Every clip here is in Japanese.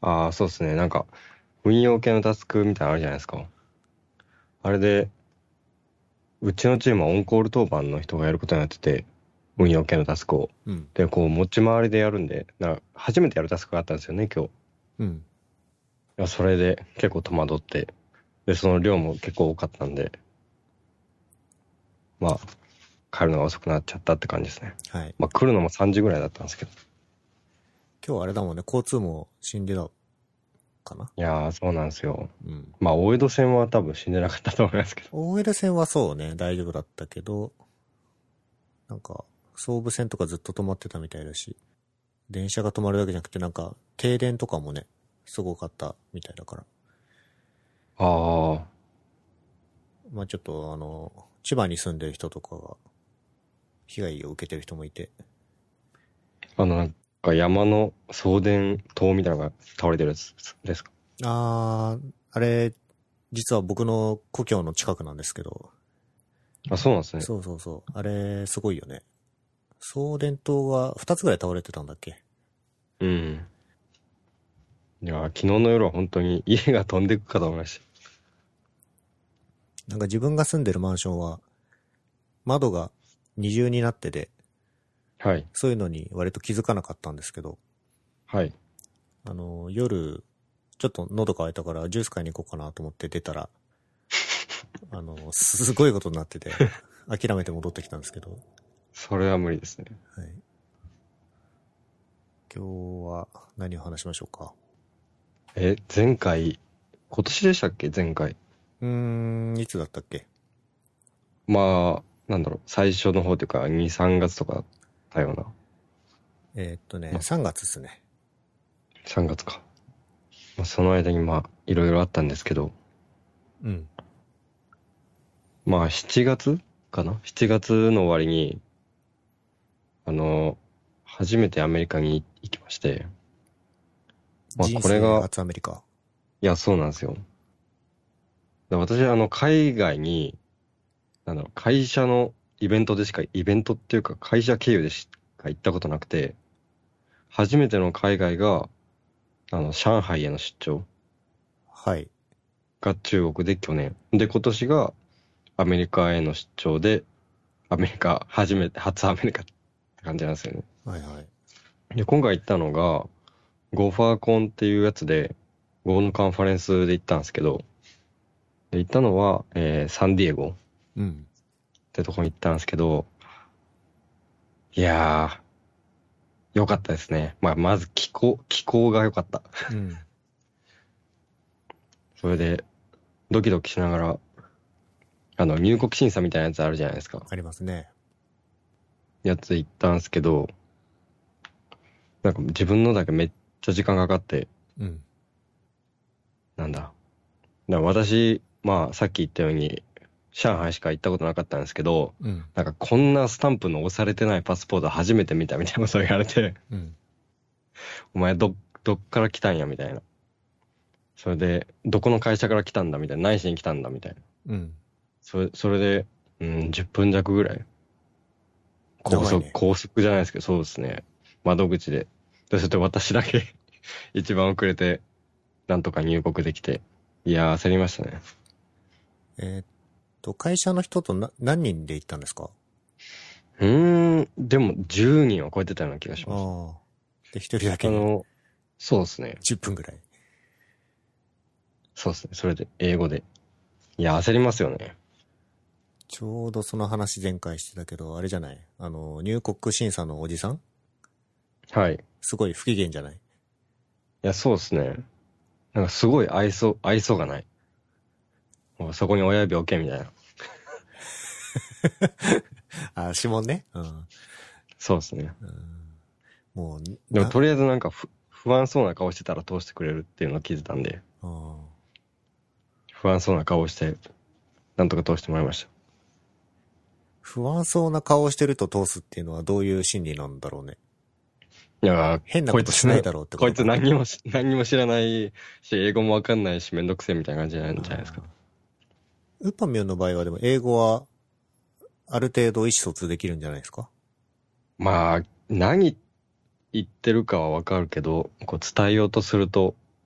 ああ、そうですね。なんか、運用系のタスクみたいなのあるじゃないですか。あれで、うちのチームはオンコール当番の人がやることになってて、 うん。 運用系のタスクを。 うん。 で、こう、持ち回りでやるんで、初めてやるタスクがあったんですよね、今日。いうん。 や、それで結構戸惑って、で、その量も結構多かったんで、まあ、帰るのが遅くなっちゃったって感じですね。 はい。 まあ、来るのも3時ぐらいだったんですけど。 今日あれだもんね、交通も死んでたかな。 いやー、そうなんですよ。 うん。 まあ、大江戸線は多分死んでなかったと思いますけど。 OL 線はそうね、大丈夫だったけど、なんか、総武線とかずっと止まってたみたいだし、電車が止まるだけじゃなくて、なんか、停電とかもね、すごかったみたいだから。 あまあちょっと千葉に住んでる人とかが、被害を受けてる人もいて。 あ、なんか山の送電塔みたいなのが倒れてるやつですか？ あれ、実は僕の故郷の近くなんですけど、 あ、そうなんですね。 そうそうそう。あれ、すごいよね。送電塔が2つぐらい倒れてたんだっけ？ うん。いやー、昨日の夜は本当に家が飛んでいくかと思いましなんか自分が住んでるマンションは、窓が二重になってて、 た。はい。 そういうのに割と気づかなかったんですけど、 はい。 夜、ちょっと喉乾いたからジュース買いに行こうかなと思って出たら、すごいことになってて、諦めて戻ってきたんですけど、 それは無理ですね。 はい。今日は何を話しましょうか。 前回、今年でしたっけ前回。 いつだったっけ？ まあ、なんだろう、最初の方というか、2、3月とかだったような。 3月っすね。 3月か。まあ、その間にまあ、いろいろあったんですけど、 うん。 まあ、7月かな？ 7 月の終わりに、あの、初めてアメリカに行きまして、まあ、 人これが、 生初アメリカ。 いや、そうなんですよ。で私、海外に、なんだろう、会社のイベントでしか、イベントっていうか、会社経由でしか行ったことなくて、初めての海外が、上海への出張はい。 が中国で去年。で、今年がアメリカへの出張で、アメリカ、初アメリカって感じなんですよね。 はいはい。 で、今回行ったのが、ゴファーコンっていうやつで、ゴーのカンファレンスで行ったんですけど、で、行ったのは、サンディエゴっうん。 てとこに行ったんですけど、いやー、良かったですね。まあ、まず気候が良かった。 うん。 それで、ドキドキしながら、入国審査みたいなやつあるじゃないですか。 ありますね。 やつ行ったんですけど、なんか自分のだけめっちゃ時間かかって、 うん。 なんだ。私、まあ、さっき言ったように、上海しか行ったことなかったんですけど、 うん。 なんかこんなスタンプの押されてないパスポート初めて見たみたいなことを言われて、 うん。 お前どっから来たんやみたいな。それで、どこの会社から来たんだみたいな。何しに来たんだみたいな。 うん。 それで、10分弱ぐらい。 長いね。 高速じゃないですけど、そうですね。窓口で。で、それで私だけ一番遅れて、なんとか入国できて。いやー、焦りましたね。 えーっ会社の人と何人で行ったんですか？ でも10人は超えてたような気がします。 ああ。で、一人だけあの、そうですね。 10分ぐらい。 そうですね。それで、英語で。いや、焦りますよね。 ちょうどその話前回してたけど、あれじゃない？入国審査のおじさんはい。いすごい不機嫌じゃない？ や、そうですね。なんかすごい愛想がない。もうそこに親指置けみたいな。 あ、指紋ね。うん。 そうですね。 もう、 でもとりあえずなんか不安そうな顔してたら通してくれるっていうのを聞いてたんで、 うん。 不安そうな顔をして、なんとか通してもらいまし不安そうな顔をしてると通すっていうのはどういう心理なんだろうね。 た。いやー、 変なことしないだろうってここいつとかな。 何にも知らないし、英語もわかんないし、めんどくせえみたいな感じなんじゃないですか。 あーウーパンミョンの場合はでも英語はある程度意思疎通できるんじゃないですか？ まあ、何言ってるかはわかるけど、こう伝えようとすると、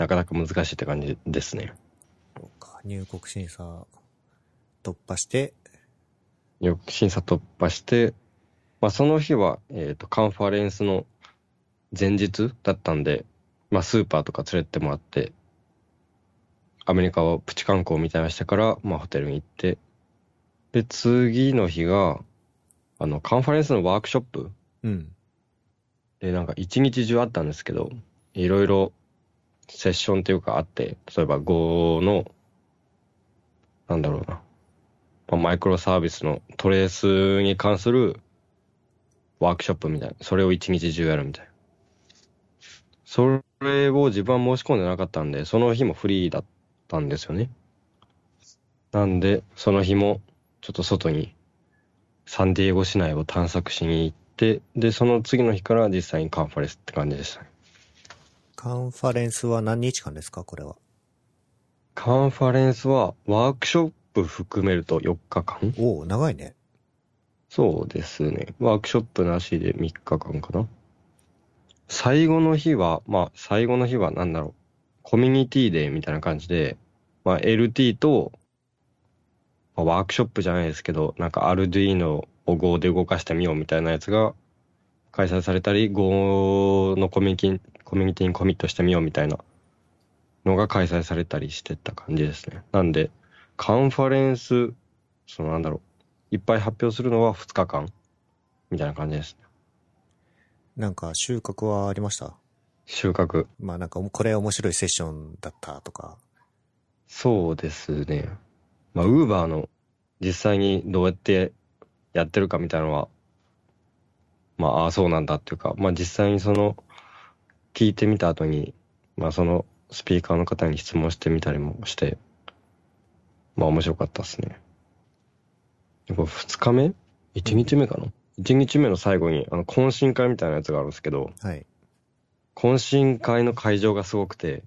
なかなか難しいって感じですね。 そうか、入国審査突破して、 よく審査突破して、まあその日は、カンファレンスの前日だったんで、まあスーパーとか連れてってもらって、アメリカをプチ観光みたいなしてから、まあホテルに行って、で、次の日が、カンファレンスのワークショップうん。 で、なんか一日中あったんですけど、いろいろセッションっていうかあって、例えば Go の、なんだろうな、まあマイクロサービスのトレースに関するワークショップみたいな、それを一日中やるみたいな。それを自分は申し込んでなかったんで、その日もフリーだったんですよね。なんで、その日もちょっと外にサンディエゴ市内を探索しに行って、で、その次の日から実際にカンファレンスって感じでしたね。 カンファレンスは何日間ですか、これは。 カンファレンスはワークショップ含めると4日間。 おお、長いね。 そうですね。ワークショップなしで3日間かな。最後の日は、最後の日はなんだろう。コミュニティデーみたいな感じで、LT と、ワークショップじゃないですけど、なんかアルドゥイーノを Go で動かしてみようみたいなやつが開催されたり、Go のコミュニティにコミットしてみようみたいなのが開催されたりしてた感じですね。なんで、カンファレンス、なんだろう。いっぱい発表するのは2日間みたいな感じですね。 なんか収穫はありました？ 収穫。 まあなんかこれ面白いセッションだったとか。 そうですね。ウーバーの実際にどうやってやってるかみたいなのは、ああ、そうなんだっていうか、実際に聞いてみた後に、そのスピーカーの方に質問してみたりもして、面白かったですね。やっぱ2日目 ?1 日目かな？ 1 日目の最後に、懇親会みたいなやつがあるんですけど、 はい。 懇親会の会場がすごくて、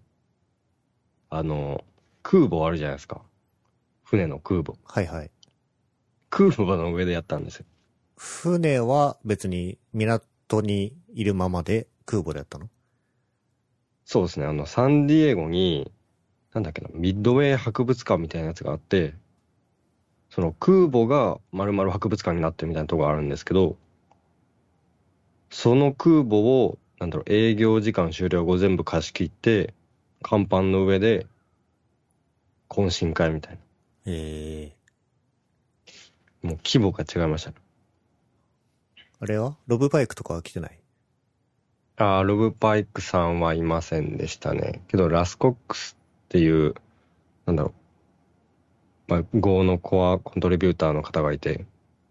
空母あるじゃないですか。船の空母。 はいはい。 空母の上でやったんですよ。 船は別に港にいるままで空母でやったの？ そうですね。サンディエゴに、なんだっけな、ミッドウェー博物館みたいなやつがあって、その空母が丸々博物館になってるみたいなとこがあるんですけど、その空母を、営業時間終了後全部貸し切って、甲板の上で懇親会みたいな。 ええ。 もう規模が違いましたね。 あれはロブバイクとかは来てない？ ロブパイクさんはいませんでしたね。けど、ラスコックスっていう、なんだろGo のコアコントリビューターの方がいて、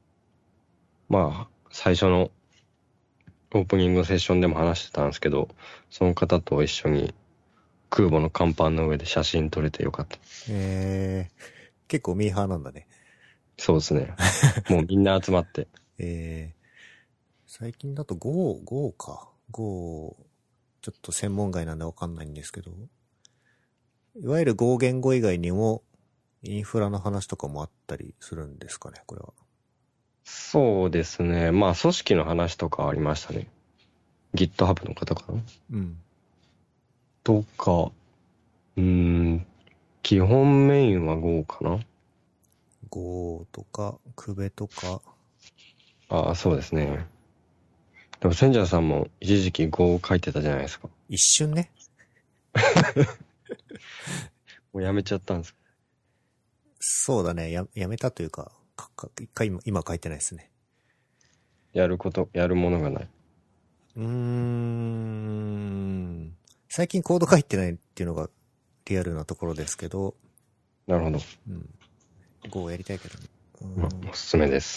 最初のオープニングのセッションでも話してたんですけど、その方と一緒に空母の甲板の上で写真撮れてよかった。 ええ。結構ミーハーなんだね。 そうですね。もうみんな集まって。 ええ。最近だと Go か。Go、ちょっと専門外なんでわかんないんですけど、いわゆる Go 言語以外にもインフラの話とかもあったりするんですかね、これは。 そうですね。組織の話とかありましたね。GitHub の方かなうん。 とか、基本メインは Go かな。 Go とか、Kube とか。 ああ、そうですね。でも、センジャーさんも一時期 Go を書いてたじゃないですか。 一瞬ね。 もうやめちゃったんです。 そうだね。やめたというか、一回今書いてないですね。 やるものがない。 最近コード書いてないっていうのがリアルなところですけど、 なるほど。 うん。Go やりたいけどね。 おすすめです。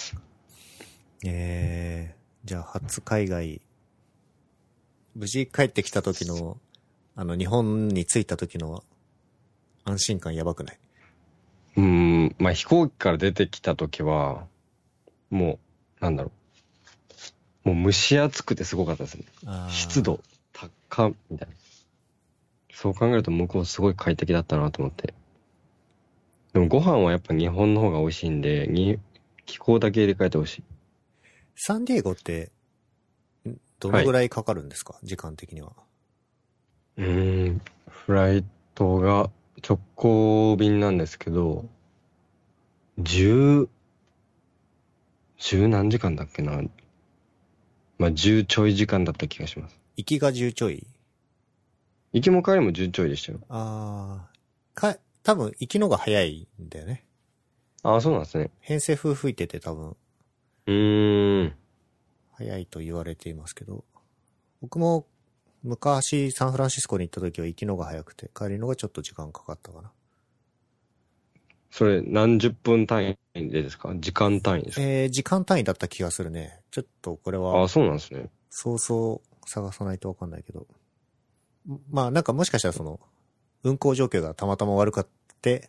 じゃあ初海外、無事帰ってきた時の、日本に着いた時の安心感やばくない？ 飛行機から出てきた時は、もう、なんだろう。もう蒸し暑くてすごかったですね。湿度高みたいな。そう考えると向こうすごい快適だったなと思って。でもご飯はやっぱ日本の方が美味しいんで、気候だけ入れ替えてほしい。 サンディエゴって、どのぐらいかかるんですか、時間的には。 フライトが直行便なんですけど、10、10何時間だっけな。まあ、10ちょい時間だった気がします。 行きが10ちょい。 行きも帰りも10ちょいでしたよ。 多分行きのが早いんだよね。 ああ、そうなんですね。 偏西風吹いてて多分ん。 早いと言われていますけど、僕も昔サンフランシスコに行った時は行きのが早くて、帰りのがちょっと時間かかったかな。 それ何十分単位でですか？時間単位ですか？ 時間単位だった気がするね。ちょっとこれあはあ、そうなんですね。 そうそう探さないとわかんないけど。まあなんかもしかしたらその、運行状況がたまたま悪かって、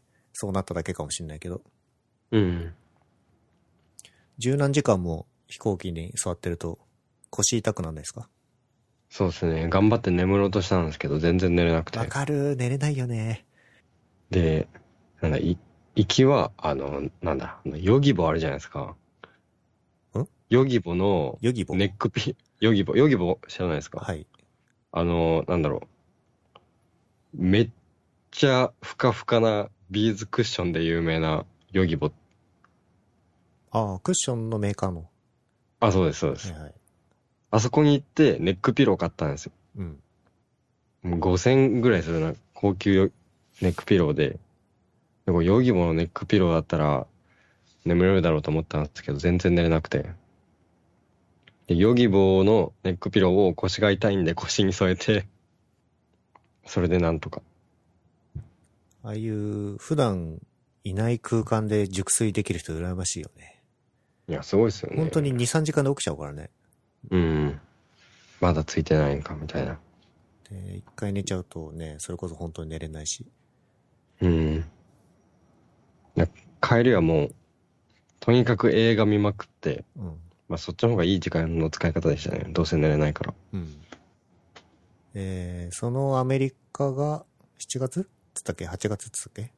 そうなっただけかもしれないけど。 うん。 十何時間も飛行機に座ってると腰痛くなんないですか？ そうですね。頑張って眠ろうとしたんですけど、全然寝れなくて。 わかる、寝れないよね。 で、行きは、ヨギボあるじゃないですか。ヨギボのヨギボネックヨギボ知らないですか？ はい。 なんだろう。めっちゃふかふかなビーズクッションで有名なヨギボ。 ああ、クッションのメーカーの。 あ、そうです、そうです。 はいはい。 あそこに行ってネックピロー買ったんですよ。 うん。 もう5000ぐらいするな、高級ネックピローで、でもヨギボのネックピローだったら眠れるだろうと思ったんですけど、全然寝れなくて。で、ヨギボのネックピローを腰が痛いんで腰に添えて、それでなんとか。 ああいう普段いない空間で熟睡できる人羨ましいよね。 いや、すごいですよね。 本当に2、3時間で起きちゃうからね。 うん。まだついてないんか、みたいな。 で、一回寝ちゃうとね、それこそ本当に寝れないし。 うん。帰りはもう、とにかく映画見まくって、 うん。 まあそっちの方がいい時間の使い方でしたね。どうせ寝れないから。 うん。そのアメリカが7月つったっけ ?8 月つったっけ？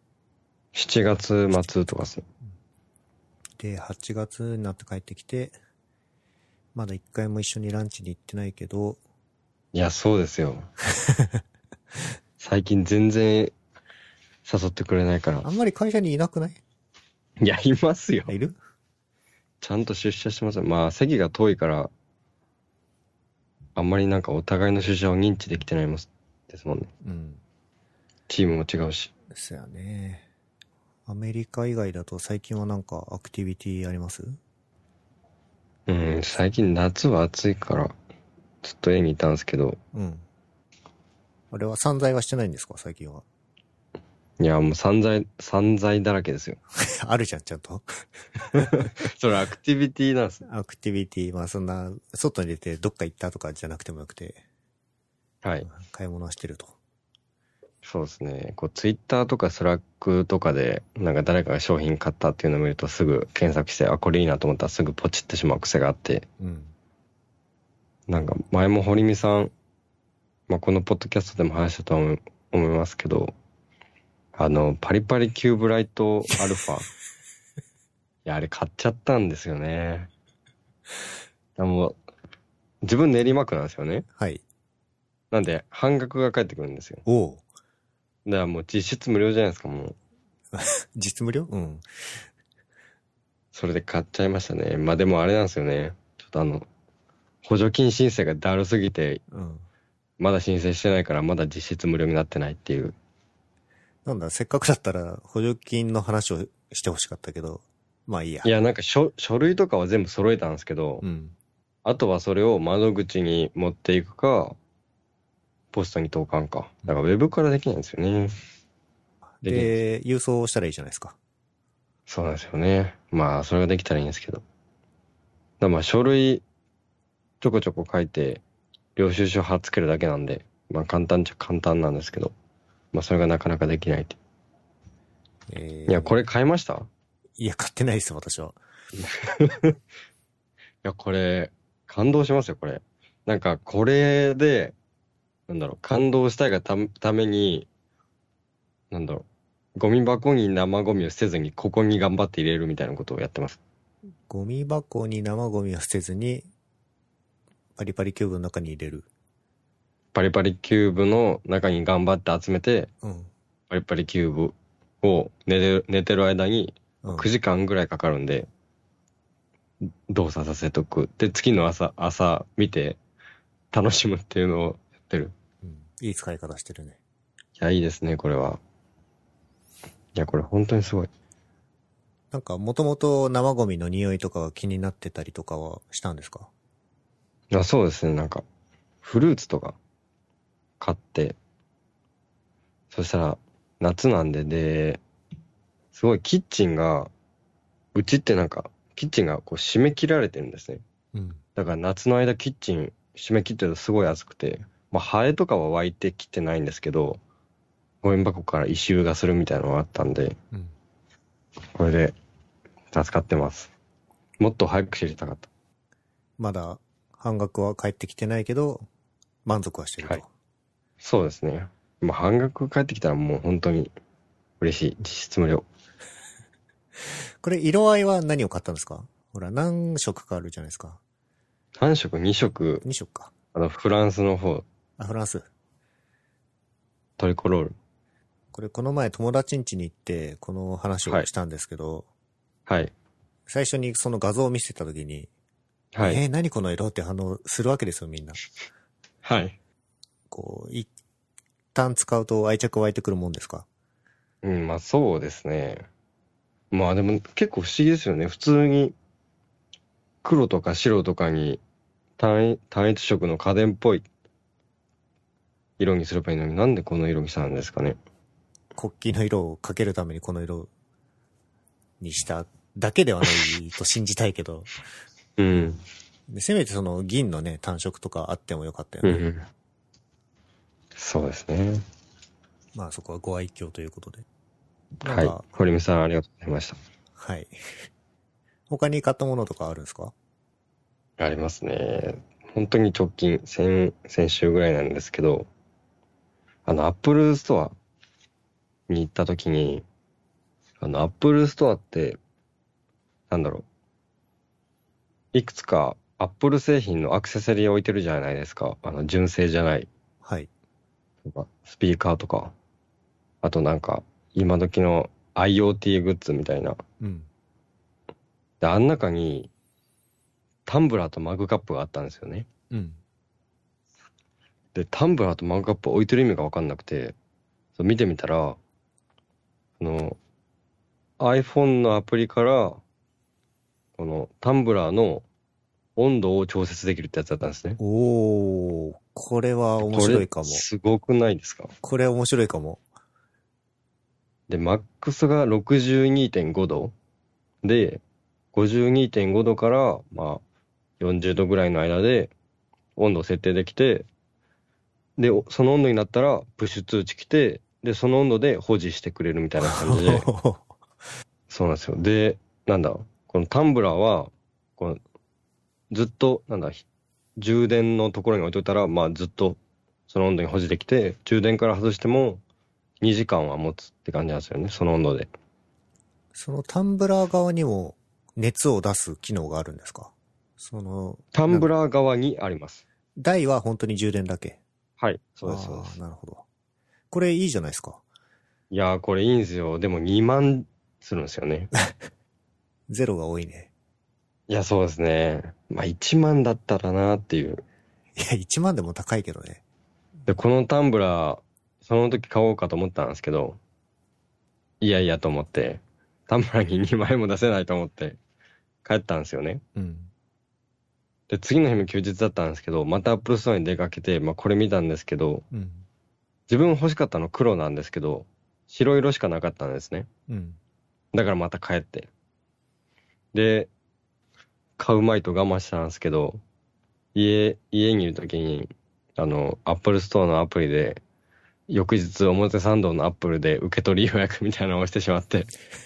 7月末とかす。 で、8月になって帰ってきて、まだ一回も一緒にランチに行ってないけど、 いや、そうですよ。最近全然誘ってくれないから。 あんまり会社にいなくない？ いや、いますよ。 いる？ ちゃんと出社してますよ。まあ、席が遠いから、あんまりなんかお互いの出社を認知できてないですもんね。 うん。 チームも違うし。 ですよね。アメリカ以外だと最近はなんかアクティビティあります？ うん、最近夏は暑いから、ずっと家にいたんですけど、 うん。あれは散財はしてないんですか最近は。 いや、もう散財だらけですよ。 あるじゃん、ちゃんと。 それアクティビティなんです。 アクティビティ、まあそんな、外に出てどっか行ったとかじゃなくてもよくて、 はい。 買い物はしてると。 そうですね。こう、ツイッターとかスラックとかで、なんか誰かが商品買ったっていうのを見るとすぐ検索して、あ、これいいなと思ったらすぐポチってしまう癖があって、 うん。 なんか前も堀美さん、まあ、このポッドキャストでも話したと思いますけど、パリパリキューブライトアルファ。いや、あれ買っちゃったんですよね。もう、自分練馬区なんですよね。 はい。 なんで、半額が返ってくるんですよ。 おう。 だからもう実質無料じゃないですか、もう。 実無料？うん。 それで買っちゃいましたね。まあでもあれなんですよね。ちょっと補助金申請がだるすぎて、 うん。 まだ申請してないからまだ実質無料になってないっていう。 なんだ、せっかくだったら補助金の話をしてほしかったけど、まあいいや。 いや、なんか書類とかは全部揃えたんですけど、 うん。 あとはそれを窓口に持っていくか、ポストに投函か。だからウェブからできないんですよね。できないです。 で、郵送したらいいじゃないですか。 そうなんですよね。まあ、それができたらいいんですけど。だからまあ、書類ちょこちょこ書いて、領収書貼っつけるだけなんで、まあ簡単っちゃ簡単なんですけど、まあそれがなかなかできないって。いや、これ買いました？ いや、買ってないです、私は。 いや、これ、感動しますよ、これ。なんか、これで、なんだろう、感動したいがために、なんだろう、ゴミ箱に生ゴミを捨てずに、ここに頑張って入れるみたいなことをやってます。 ゴミ箱に生ゴミを捨てずに、パリパリキューブの中に入れる。 パリパリキューブの中に頑張って集めて、 うん。 パリパリキューブを寝てる間にうん。 9時間ぐらいかかるんで、動作させとく。で、次の朝見て楽しむっていうのをやってる。 うん。いい使い方してるね。 いや、いいですね、これは。いや、これ本当にすごい。 なんか、もともと生ゴミの匂いとかが気になってたりとかはしたんですか？ あ、そうですね、なんか、フルーツとか買って、そしたら、夏なんで、すごいキッチンが、うちってなんか、キッチンがこう締め切られてるんですね。 うん。 だから夏の間キッチン締め切ってるとすごい暑くて、まあハエとかは湧いてきてないんですけど、ゴミ箱から異臭がするみたいなのがあったんで、 うん。 これで助かってます。もっと早く知りたかっまだ半額は返ってきてないけど、満足はしてると。 はい。そうですね。まあ半額返ってきたらもう本当に嬉しい。実質無料。 これ、色合いは何を買ったんですか？ほら、何色かあるじゃないですか。 3色、2色、 2色か。 フランスの方、 あ、フランス。 トリコロール。 これ、この前友達ん家に行って、この話をしたんですけど、 はい。 最初にその画像を見せたときに、 はい。 何この色って反応するわけですよ、みんな。 はい。 こう、一旦使うと愛着湧いてくるもんですか？ うん、まあそうですね。まあでも結構不思議ですよね。普通に黒とか白とかに単一色の家電っぽい色にすればいいのになんでこの色にしたんですかね。 国旗の色をかけるためにこの色にしただけではないと信じたいけど、 うん。 でせめてその銀のね、単色とかあってもよかったよね。 うんうん。そうですね。 まあそこはご愛嬌ということで。なんはい。 か、 堀美さんありがとうございました。 はい。他に買ったものとかあるんですか？ ありますね。本当に直近、先週ぐらいなんですけど、アップルストアに行った時に、アップルストアって、なんだろう、いくつかアップル製品のアクセサリー置いてるじゃないですか。純正じゃない。 はい。 とかスピーカーとか、あとなんか、今時の IoT グッズみたいな。 うん。 で、あん中に、タンブラーとマグカップがあったんですよね。 うん。 で、タンブラーとマグカップ置いてる意味がわかんなくて、そう見てみたら、の、iPhone のアプリから、このタンブラーの温度を調節できるってやつだったんですね。 おー、これは面これ、 白いかも。 すごくないですか？ これ面白いかも。 で、マックスが62.5度で、52.5度から、まあ、40度ぐらいの間で温度を設定できて、で、その温度になったら、プッシュ通知来て、で、その温度で保持してくれるみたいな感じで、そうなんですよ。で、なんだ、このタンブラーは、このずっと、充電のところに置いといたら、まあずっとその温度に保持できて、充電から外しても2時間は持つって感じなんですよね、その温度で。 そのタンブラー側にも熱を出す機能があるんですか？その、 タンブラー側にあります。 台は本当に充電だけ。 はい、そうです、そうでああ、 す。 なるほど。これいいじゃないですか。 いやー、これいいんですよ。でも2万するんですよね。 ゼロが多いね。 いや、そうですね。まあ1万だったらなっていう。 いや、1万でも高いけどね。 で、このタンブラー、その時買おうかと思ったんですけど、いやいやと思って、タンブラーに2万円も出せないと思って帰ったんですよね。 うん。 で、次の日も休日だったんですけど、またアップルストアに出かけて、まあこれ見たんですけど、 うん。 自分欲しかったの黒なんですけど、白色しかなかったんですね。 うん。 だからまた帰って。で、買うまいと我慢したんですけど、家にいるときに、アップルストアのアプリで、翌日表参道のアップルで受け取り予約みたいなのをしてしまって、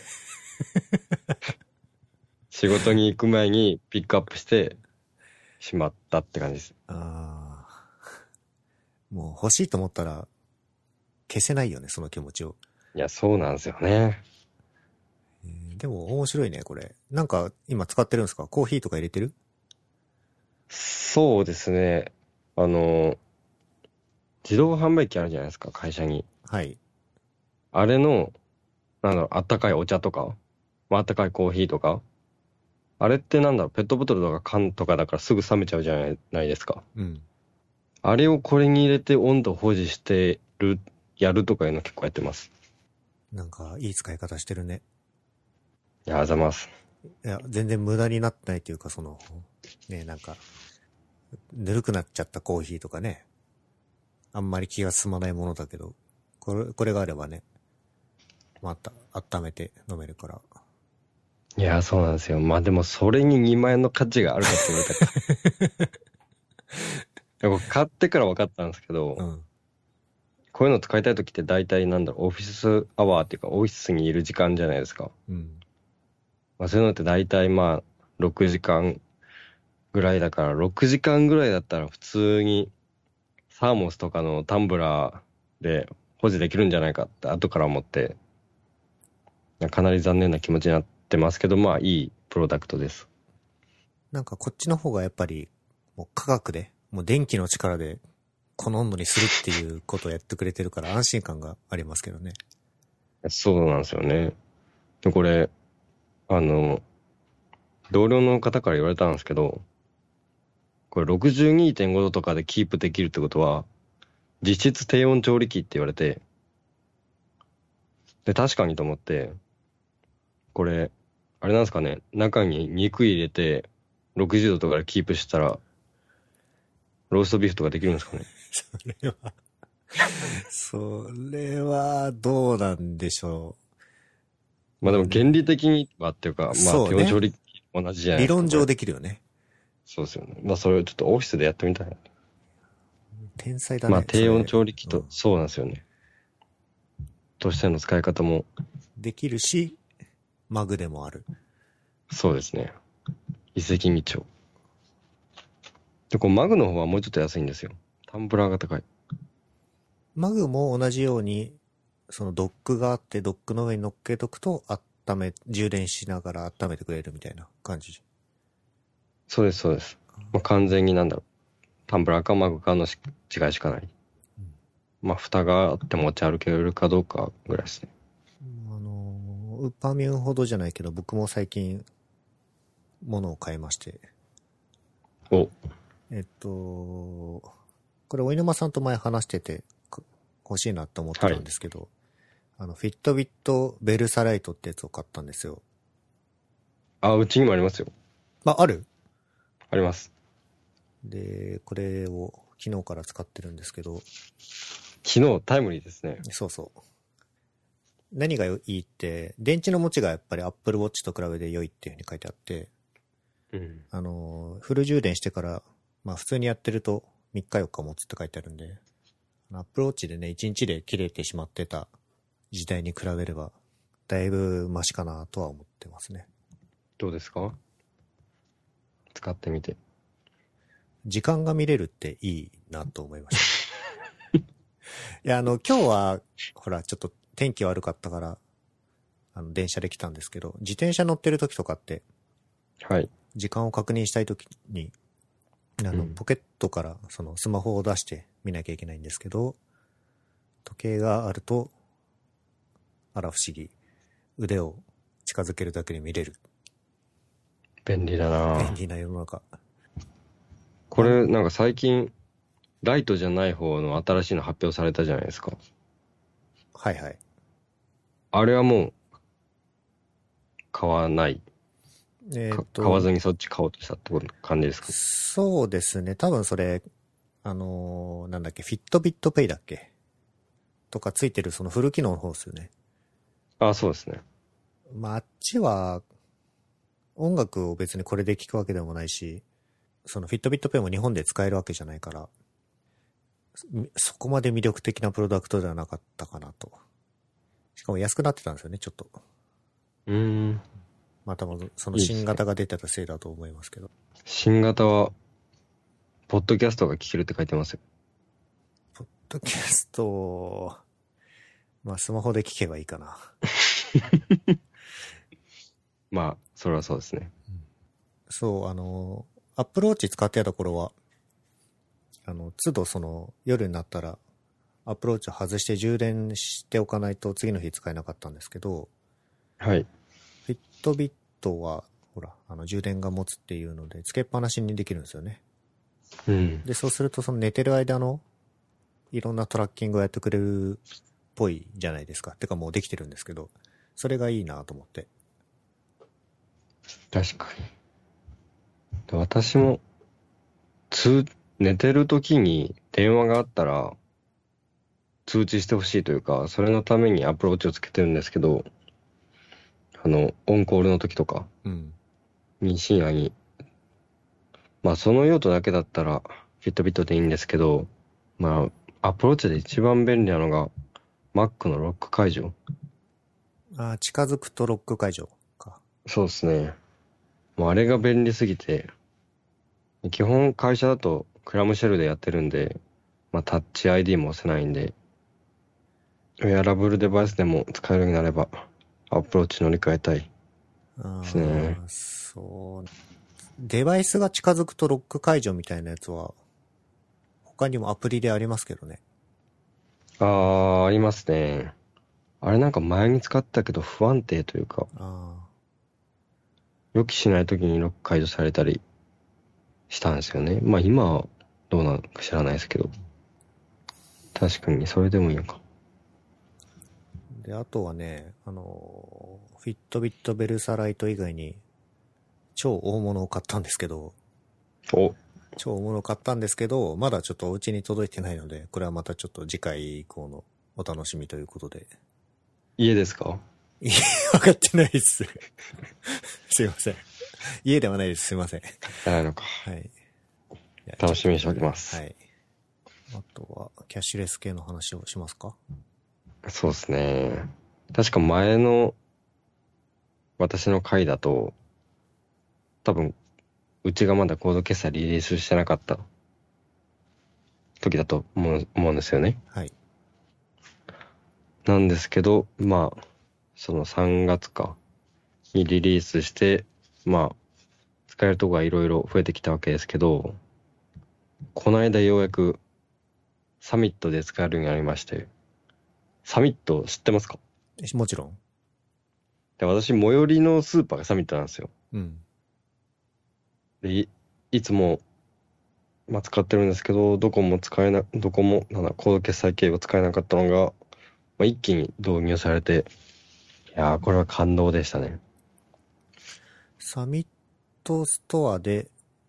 仕事に行く前にピックアップしてしまったって感じです。 ああ。もう欲しいと思ったら消せないよね、その気持ちを。 いや、そうなんですよね。 でも面白いね、これ。なんか今使ってるんですか？コーヒーとか入れてる？ そうですね。あの、 自動販売機あるじゃないですか、会社に。 はい。 あれの、あったかいお茶とか、まあ、あったかいコーヒーとか、あれってペットボトルとか缶とかだからすぐ冷めちゃうじゃないですか。 うん。 あれをこれに入れて温度保持してやるとかいうの結構やってます。 なんか、いい使い方してるね。 いや、あざます。 いや、全然無駄になってないというか、ね、なんか、ぬるくなっちゃったコーヒーとかね、あんまり気が進まないものだけど、これがあればね、また、温めて飲めるから。 いや、そうなんですよ。まあでもそれに2万円の価値があるかって言われたら。いや僕買ってから分かったんですけど、 うん。 こういうの使いたい時って大体オフィスアワーっていうかオフィスにいる時間じゃないですか。 うん。 まあそういうのって大体まあ6時間ぐらいだから、6時間ぐらいだったら普通にサーモスとかのタンブラーで保持できるんじゃないかって後から思って、かなり残念な気持ちになってますけど、まあいいプロダクトです。 なんかこっちの方がやっぱり、もう科学で、もう電気の力で、この温度にするっていうことをやってくれてるから安心感がありますけどね。 そうなんですよね。で、これ、あの、同僚の方から言われたんですけど、これ62.5度とかでキープできるってことは、実質低温調理器って言われて、で、確かにと思って、これ、あれなんですかね、中に肉入れて、60度とかでキープしたら、ローストビーフとかできるんですかね。 それはどうなんでしょう。 まあでも原理的にはっていうか、まあそうね。 低温調理器同じじゃないですか。 理論上できるよね。 そうですよね。まあそれをちょっとオフィスでやってみたい。 天才だね。 まあ低温調理器と、 うん、 そうなんですよね。としての使い方も、 できるし、マグでもある。 そうですね。一石二鳥。で、こうマグの方はもうちょっと安いんですよ。タンブラーが高い。 マグも同じように、そのドックがあって、ドックの上に乗っけとくと、充電しながら温めてくれるみたいな感じ。 そうです、そうです。まあ、完全にタンブラーかマグかの違いしかない。まあ、蓋があって持ち歩けるかどうかぐらいですね。 ウーパーミュンほどじゃないけど、僕も最近、物を買いまして。 お、 これ、お犬間さんと前話してて、欲しいなと思ってたんですけど、フィットビットベルサライトってやつを買ったんですよ。 あ、うちにもありますよ。 ある？ あります。 で、これを昨日から使ってるんですけど、 昨日タイムリーですね。 そうそう。何がいいって、電池の持ちがやっぱり Apple Watch と比べて良いっていうふうに書いてあって、 うん。 フル充電してから、まあ普通にやってると3日4日持つって書いてあるんで、Apple Watch でね、1日で切れてしまってた時代に比べれば、だいぶマシかなとは思ってますね。 どうですか？使ってみて。 時間が見れるっていいなと思いました。いや、今日は、ほら、ちょっと天気悪かったから、電車で来たんですけど、自転車乗ってる時とかって、 はい。 時間を確認したい時に、ポケットからそのスマホを出して見なきゃいけないんですけど、時計があると、あら不思議。腕を近づけるだけで見れる。 便利だな便利な世の中。 これ、最近、ライトじゃない方の新しいの発表されたじゃないですか。 はいはい。 あれはもう、買わない。買わずにそっち買おうとしたって感じですか？ そうですね。多分それ、なんだっけ、フィットビットペイだっけとかついてるそのフル機能の方ですよね。 あ、そうですね。 まあ、あっちは、音楽を別にこれで聴くわけでもないし、そのフィットビットペイも日本で使えるわけじゃないから、そこまで魅力的なプロダクトではなかったかなと。しかも安くなってたんですよね、ちょっと。まあ多分その新型が出てたせいだと思いますけど。 新型は、ポッドキャストが聞けるって書いてますよ。 ポッドキャスト、まあスマホで聞けばいいかな。 まあ、それはそうですね。 そう、Apple Watch 使ってた頃は、都度夜になったらアプローチを外して充電しておかないと次の日使えなかったんですけど、 はい。 フィットビットは、ほら、充電が持つっていうので、つけっぱなしにできるんですよね。 うん。 で、そうするとその寝てる間のいろんなトラッキングをやってくれるっぽいじゃないですか。てかもうできてるんですけど、それがいいなと思って。 確かに。で私も、寝てる時に電話があったら通知してほしいというか、それのためにアプローチをつけてるんですけど、オンコールの時とかうん。 に深夜に、まあその用途だけだったらフィットビットでいいんですけど、まあアプローチで一番便利なのが Mac のロック解除。 近づくとロック解除か。 そうですね。もうあれが便利すぎて、基本会社だとクラムシェルでやってるんで、まあタッチ ID も押せないんで、ウェアラブルデバイスでも使えるようになれば、アプローチ乗り換えたいですね。 そう。デバイスが近づくとロック解除みたいなやつは、他にもアプリでありますけどね。 ありますね。あれなんか前に使ったけど不安定というか、 あ予期しない時にロック解除されたりしたんですよね。まあ今はどうなのか知らないですけど。確かにそれでもいいのか。 で、あとはね、フィットビットベルサライト以外に、超大物を買ったんですけど、 お、 超大物を買ったんですけど、まだちょっとお家に届いてないので、これはまたちょっと次回以降のお楽しみということで。 家ですか？ いや、分かってないです。すいません。家ではないです。すいません。 じゃないのか。 はい。いや楽しみにしておきます。 はい。あとは、キャッシュレス系の話をしますか？ そうですね。確か前の私の回だと、多分、うちがまだコード決済リリースしてなかった時だと思うんですよね。 はい。 なんですけど、まあ、その3月かにリリースして、まあ、使えるとこがいろいろ増えてきたわけですけど、この間ようやくサミットで使えるようになりまして、サミット知ってますか？ もちろん。 で、私、最寄りのスーパーがサミットなんですよ。 うん。 で、いつも、まあ、使ってるんですけど、どこも、コード決済系を使えなかったのが、まあ、一気に導入されて、いやー、これは感動でしたね。 サミットストアで、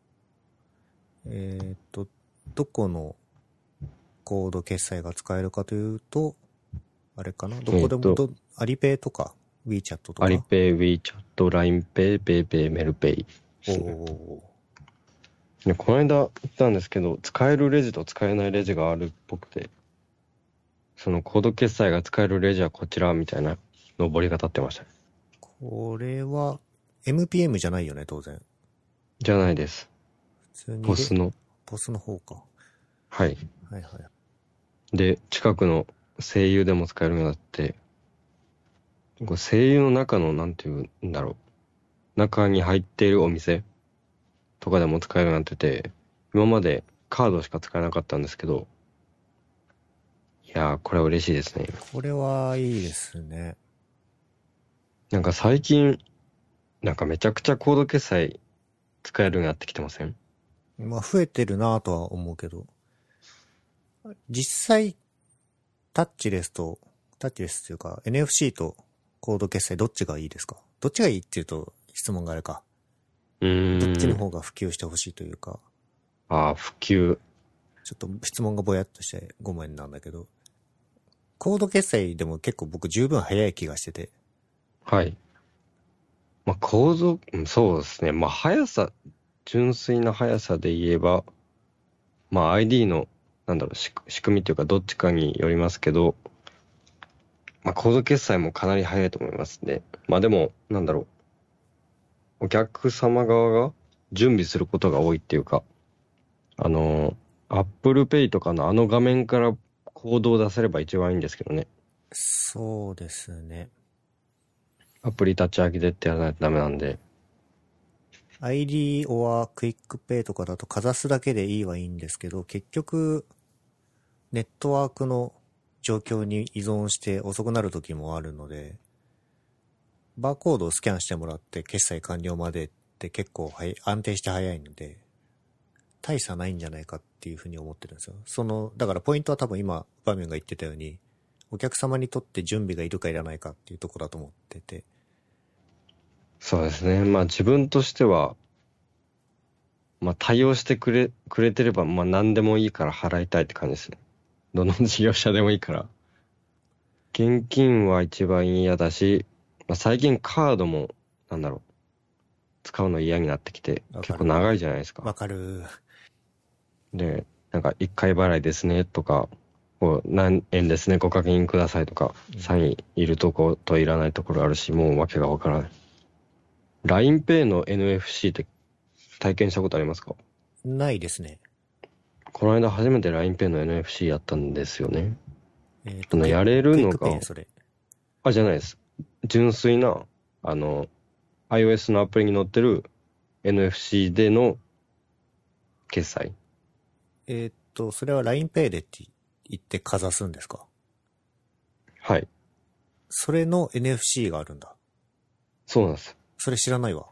どこのコード決済が使えるかというと、あれかな、どこでもアリペイとか、WeChat とか。 アリペイ、WeChat、LINEPay、PayPay、メルペイですね。で、この間言ったんですけど、使えるレジと使えないレジがあるっぽくて、そのコード決済が使えるレジはこちらみたいな上りが立ってましたね。 これは、MPM じゃないよね、当然。 じゃないです。 普通に。 ポスの。 ポスの方か。 はい。 はいはい。 で、近くの声優でも使えるようになって、こう声優の中の、なんていうんだろう。中に入っているお店とかでも使えるようになってて、今までカードしか使えなかったんですけど、いやー、これは嬉しいですね。 これはいいですね。 なんか最近、なんかめちゃくちゃコード決済使えるようになってきてません？ まあ増えてるなぁとは思うけど、実際、タッチレスっていうか NFC とコード決済どっちがいいですか？どっちがいいっていうと質問があるか。どっちの方が普及してほしいというか。 普及。 ちょっと質問がぼやっとしてごめんなんだけど、コード決済でも結構僕十分早い気がしてて。 はい。まあ、そうですね。まあ、純粋な速さで言えば、まあ、ID の、仕組みというか、どっちかによりますけど、まあ、コード決済もかなり早いと思いますね。まあ、でも、お客様側が準備することが多いっていうか、あの、Apple Pay とかのあの画面からコードを出せれば一番いいんですけどね。 そうですね。 アプリ立ち上げてってやらないとダメなんで。 ID or クイックペイとかだとかざすだけでいいはいいんですけど、結局、ネットワークの状況に依存して遅くなる時もあるので、バーコードをスキャンしてもらって決済完了までって結構安定して早いので、大差ないんじゃないかっていうふうに思ってるんですよ。だからポイントは多分今、場面が言ってたように、お客様にとって準備がいるかいらないかっていうところだと思ってて。 そうですね。まあ自分としては、まあ対応してくれてれば、まあ何でもいいから払いたいって感じですね。どの事業者でもいいから。現金は一番嫌だし、まあ、最近カードも、なんだろう、使うの嫌になってきて、結構長いじゃないですか。 わかる。 で、なんか一回払いですねとか、こう何円ですねご確認くださいとか、サインいるとこといらないところあるし、もうわけがわからない。LINEPay の NFC って体験したことありますか？ ないですね。 この間初めて LINEPay の NFC やったんですよね。やれるのが、 それ。 じゃないです。純粋な、iOS のアプリに載ってる NFC での決済。 それは LINEPay でって言ってかざすんですか？ はい。 それの NFC があるんだ。 そうなんです。 それ知らないわ。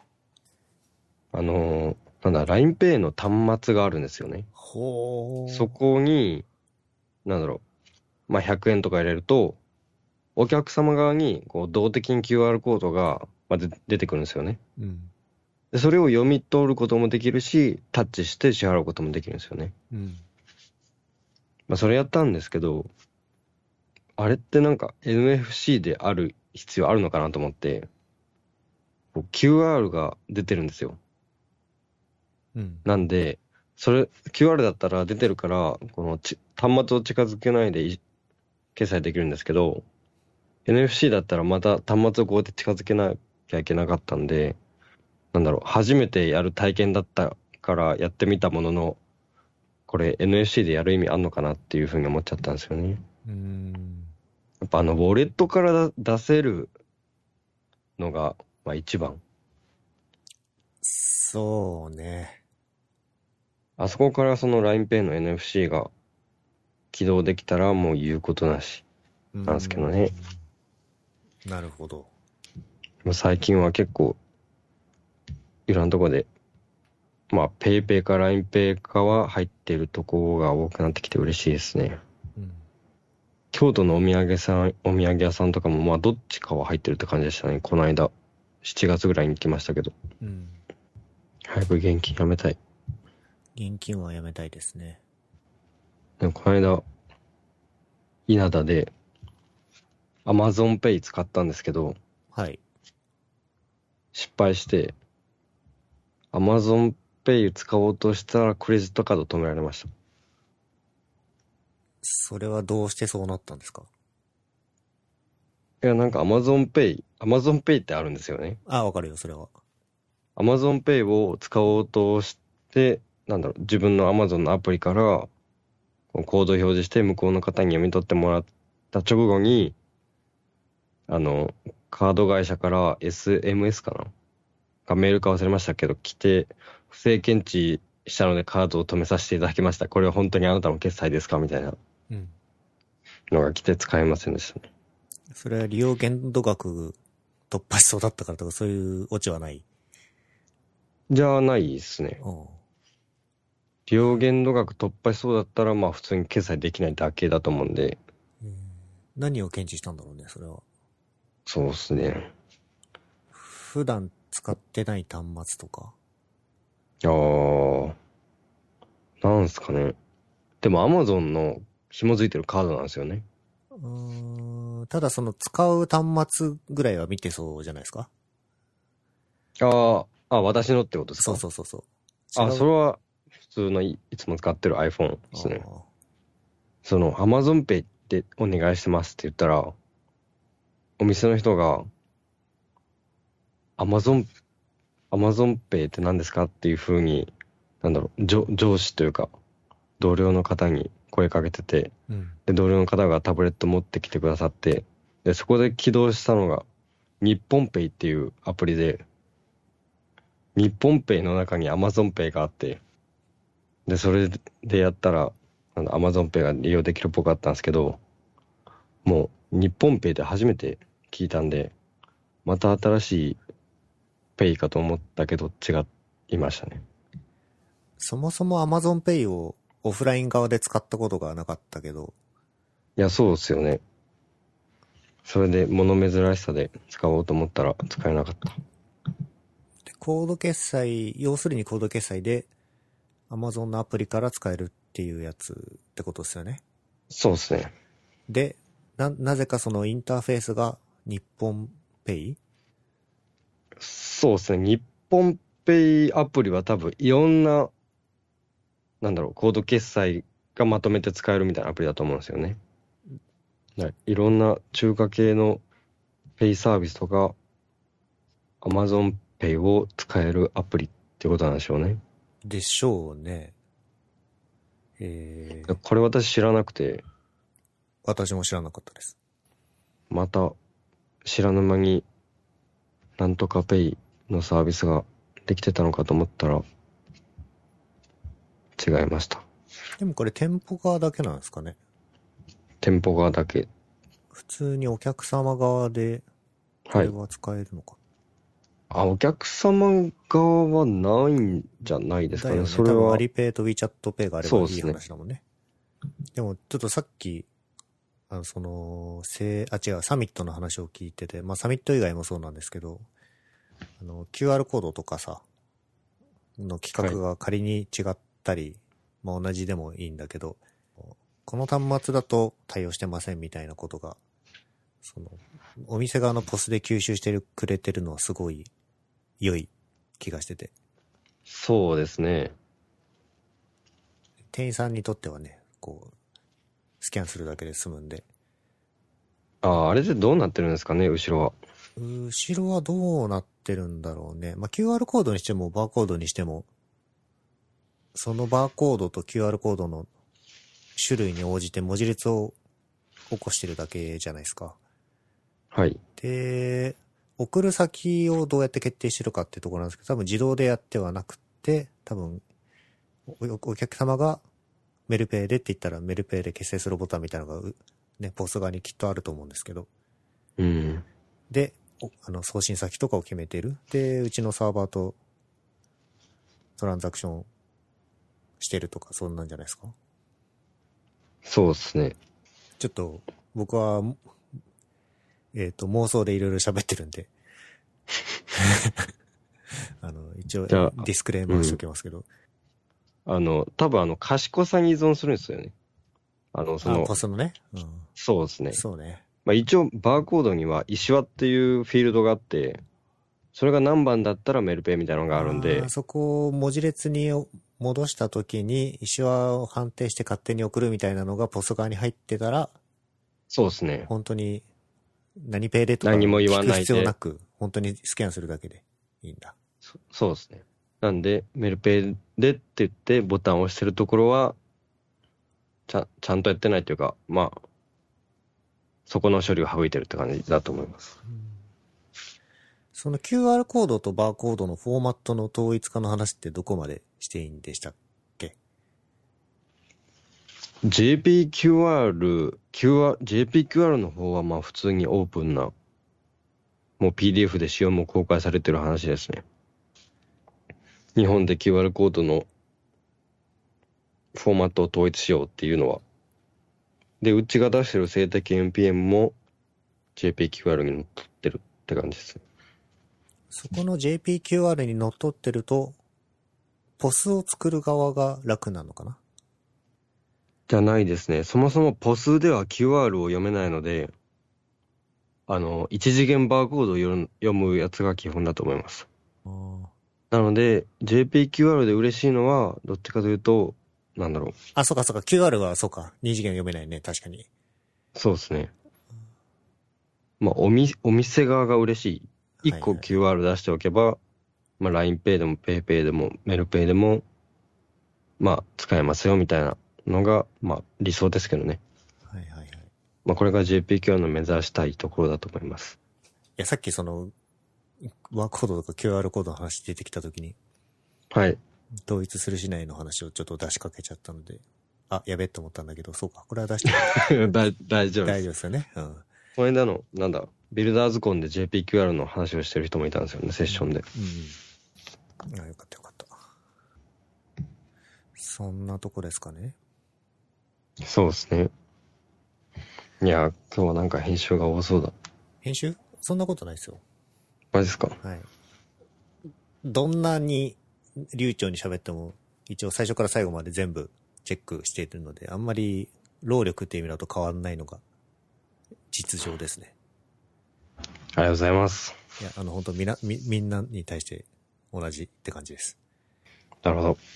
LINEPay の端末があるんですよね。 ほー。 そこに、まあ、100円とか入れると、お客様側に、こう、動的に QR コードが、出てくるんですよね。 うん。 で、それを読み取ることもできるし、タッチして支払うこともできるんですよね。 うん。 まあ、それやったんですけど、あれってなんか NFC である必要あるのかなと思って、QR が出てるんですよ。 うん。 なんで、QR だったら出てるから、この端末を近づけないで決済できるんですけど、NFC だったらまた端末をこうやって近づけなきゃいけなかったんで、初めてやる体験だったからやってみたものの、これ NFC でやる意味あんのかなっていうふうに思っちゃったんですよね。やっぱウォレットから出せるのが、まあ一番。 そうね。 あそこからその LINEPay の NFC が起動できたらもう言うことなしなんですけどね。 なるほど。 最近は結構いろんなとこで、まあ PayPay か LINEPay かは入ってるとこが多くなってきて嬉しいですね。京都のお土産屋さんとかもまあどっちかは入ってるって感じでしたね。この間7月ぐらいに行きましたけど。早く現金やめたい。 現金はやめたいですね。 でもこの間稲田で Amazon Pay 使ったんですけど、 はい。 失敗して Amazon Pay 使おうとしたらクレジットカード止められました。 それはどうしてそうなったんですか？ いや、なんか Amazon Pay ってあるんですよね。 わかるよ、それは。 Amazon Pay を使おうとして、自分の Amazon のアプリから、コードを表示して向こうの方に読み取ってもらった直後に、カード会社から SMS かながメールか忘れましたけど、来て、不正検知したのでカードを止めさせていただきました。これは本当にあなたの決済ですかみたいなのが来て使えませんでしたね。 それは利用限度額突破しそうだったからとかそういうオチはない？ じゃあないですね。利用限度額突破しそうだったらまあ普通に決済できないだけだと思うんで。 何を検知したんだろうね、それは。 そうですね。 普段使ってない端末とか。 なんすかね。でも Amazon の紐づいてるカードなんですよね。 ただその使う端末ぐらいは見てそうじゃないですか？ 私のってことですか？ そう。 それは普通のいつも使ってる iPhone ですね。その Amazon Pay ってお願いしてますって言ったら、お店の人が Amazon Pay って何ですかっていう風に、上司というか、同僚の方に声かけてて、で、同僚の方がタブレット持ってきてくださって、で、そこで起動したのが、日本ペイっていうアプリで、日本ペイの中に Amazon Pay があって、で、それでやったら、Amazon Pay が利用できるっぽかったんですけど、 日本ペイで初めて聞いたんで、また新しいペイかと思ったけど違いましたね。 そもそも Amazon Pay をオフライン側で使ったことがなかったけど、 いや、そうですよね。それで物珍しさで使おうと思ったら使えなかった。 でコード決済、要するにコード決済で Amazon のアプリから使えるっていうやつってことですよね。 そうですね。 で、なぜかそのインターフェースが日本ペイ？ そうですね。日本ペイアプリは多分いろんな、コード決済がまとめて使えるみたいなアプリだと思うんですよね。いろんな中華系のペイサービスとか、Amazon Pay を使えるアプリってことなんでしょうね。 でしょうね。 これ私知らなくて、 私も知らなかったです。 また知らぬ間になんとかペイのサービスができてたのかと思ったら違いました。 でもこれ店舗側だけなんですかね。 店舗側だけ。 普通にお客様側でこれは使えるのか。 お客様側はないんじゃないですかね。 だよね。 それは。 多分アリペイと WeChat Pay があればいい話だもんね。でもちょっとさっき、違う、サミットの話を聞いてて、まあサミット以外もそうなんですけど、QR コードとかさ、の規格が仮に違ったり、まあ同じでもいいんだけど、この端末だと対応してませんみたいなことが、お店側のポスで吸収してくれてるのはすごい良い気がしてて。 そうですね。 店員さんにとってはね、スキャンするだけで済むんで。 あれでどうなってるんですかね、後ろは。 後ろはどうなってるんだろうね。まあ、QR コードにしてもバーコードにしても、そのバーコードと QR コードの種類に応じて文字列を起こしてるだけじゃないですか。 はい。 で、送る先をどうやって決定してるかってところなんですけど、多分自動でやってはなくて、多分お客様がメルペイでって言ったらメルペイで決済するボタンみたいなのがね、ポス側にきっとあると思うんですけど。 うん。 で、送信先とかを決めてる。で、うちのサーバーとトランザクションしてるとか、そんなんじゃないですか。 そうですね。 ちょっと、僕は、妄想でいろいろ喋ってるんで。一応、ディスクレーマーしておきますけど。 多分賢さに依存するんですよね。 ポスのね。うん。 そうですね。 そうね。 まあ一応、バーコードには、石輪っていうフィールドがあって、それが何番だったらメルペイみたいなのがあるんで。 そこを文字列に戻したときに、石輪を判定して勝手に送るみたいなのがポス側に入ってたら、 そうですね。 本当に、何ペイでとか何も言わないで聞く必要なく、本当にスキャンするだけでいいんだ。 そうですね。なんで、メルペイでって言ってボタンを押してるところは、ちゃんとやってないというか、まあ、そこの処理を省いてるって感じだと思います。 その QR コードとバーコードのフォーマットの統一化の話ってどこまでしていいんでしたっけ？ JPQR の方はまあ普通にオープンな、もう PDF で仕様も公開されてる話ですね。日本で QR コードのフォーマットを統一しようっていうのは。で、うちが出してる静的 NPM も JPQR にのっとってるって感じです。 そこの JPQR にのっとってると、ポスを作る側が楽なのかな？ じゃないですね。そもそもポスでは QR を読めないので、一次元バーコードを読むやつが基本だと思います。なので、JPQR で嬉しいのは、どっちかというと、 そうか。QR はそうか。二次元読めないね。確かに。 そうですね。まあ、お店側が嬉しい。1個 QR 出しておけば、まあ、LINEPay でも PayPay でも MailPay でも、まあ、使えますよみたいなのが、まあ、理想ですけどね。まあ、これが JPQR の目指したいところだと思います。 いや、さっきバーコードとか QR コードの話出てきたときに、 はい。 統一するしないの話をちょっと出しかけちゃったので、やべえと思ったんだけど、そうか、これは出して大丈夫です。 大丈夫ですよね。うん。 この間の、ビルダーズコンで JPQR の話をしてる人もいたんですよね、セッションで。 うん。あ、よかったよかった。そんなとこですかね。 そうですね。いや、今日はなんか編集が多そうだ。 編集そんなことないですよ。 マジですか？ はい。どんなに流暢に喋っても、一応最初から最後まで全部チェックしているので、あんまり労力っていう意味だと変わらないのが実情ですね。 ありがとうございます。 いや、本当みんなに対して同じって感じです。 なるほど。 はい。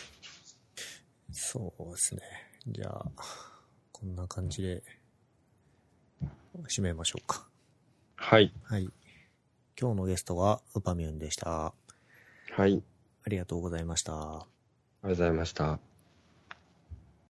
そうですね。じゃあ、こんな感じで締めましょうか。 はい。 はい。今日のゲストはウパミュンでした。 はい。 ありがとうございました。 ありがとうございました。